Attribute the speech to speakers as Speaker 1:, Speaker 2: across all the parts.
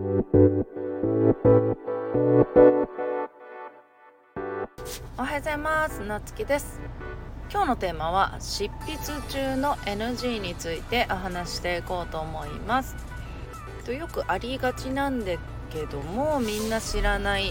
Speaker 1: おはようございます。なつきです。今日のテーマは執筆中の NG についてお話していこうと思います。よくありがちなんだけども、みんな知らない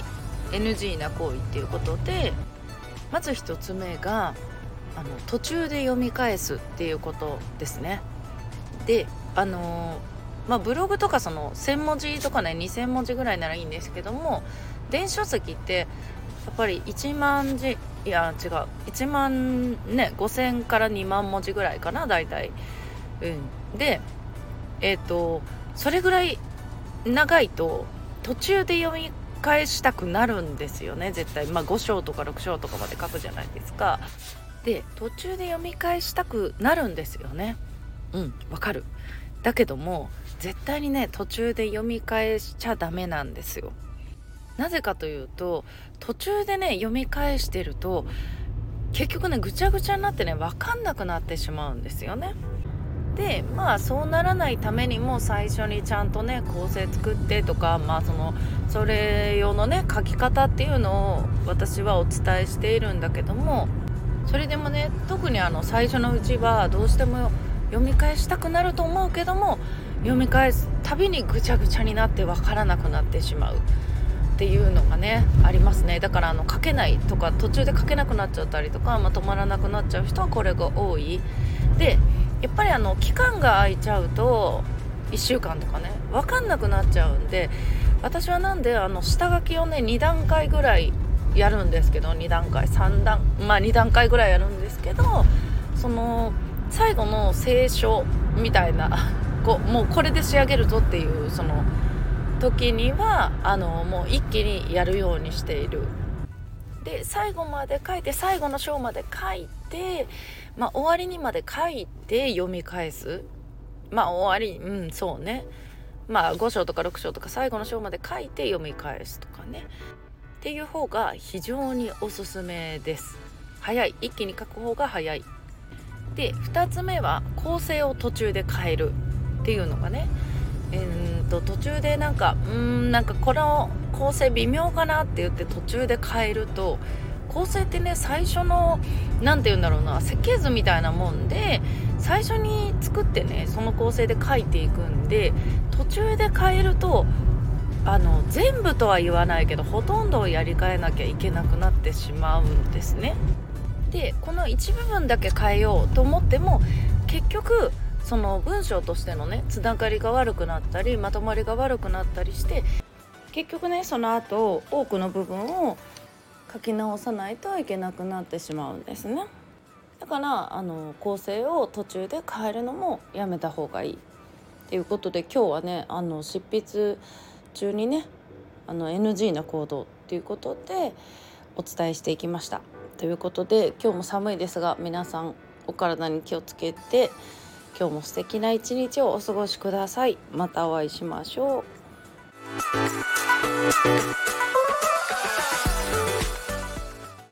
Speaker 1: NG な行為っていうことで、まず一つ目が途中で読み返すっていうことですね。でブログとかその1000文字とかね、2000文字ぐらいならいいんですけども、電子書籍ってやっぱり1万字、いや違う、1万ね5000から2万文字ぐらいかな、だいたい。でそれぐらい長いと途中で読み返したくなるんですよね、絶対。5章とか6章とかまで書くじゃないですか。で途中で読み返したくなるんですよね。わかる。だけども絶対にね、途中で読み返しちゃダメなんですよ。なぜかというと、途中でね読み返してると結局ねぐちゃぐちゃになってね、分かんなくなってしまうんですよね。でそうならないためにも最初にちゃんとね構成作ってとか、それ用のね書き方っていうのを私はお伝えしているんだけども、それでもね、特に最初のうちはどうしても読み返したくなると思うけども、読み返すたびにぐちゃぐちゃになって分からなくなってしまうっていうのがねありますね。だから書けないとか、途中で書けなくなっちゃったりとか、止まらなくなっちゃう人はこれが多い。でやっぱり期間が空いちゃうと1週間とかね分かんなくなっちゃうんで、私はなんで下書きをね2段階ぐらいやるんですけど、2段階3段2段階ぐらいやるんですけど、その最後の清書みたいなもうこれで仕上げるぞっていうその時にはもう一気にやるようにしている。で最後まで書いて、最後の章まで書いて、終わりにまで書いて読み返す。終わりそうね、5章とか6章とか最後の章まで書いて読み返すとかねっていう方が非常におすすめです。早い、一気に書く方が早い。で2つ目は構成を途中で変えるっていうのがね、途中でなんかこの構成微妙かなって言って途中で変えると、構成ってね最初の設計図みたいなもんで、最初に作ってねその構成で書いていくんで、途中で変えると全部とは言わないけどほとんどをやり替えなきゃいけなくなってしまうんですね。でこの一部分だけ変えようと思っても、結局その文章としてのねつながりが悪くなったりまとまりが悪くなったりして、結局ねその後多くの部分を書き直さないといけなくなってしまうんですね。だから構成を途中で変えるのもやめた方がいいということで、今日はね執筆中にねNG な行動っていうことでお伝えしていきました。ということで今日も寒いですが、皆さんお体に気をつけて今日も素敵な一日をお過ごしください。またお会いしましょう。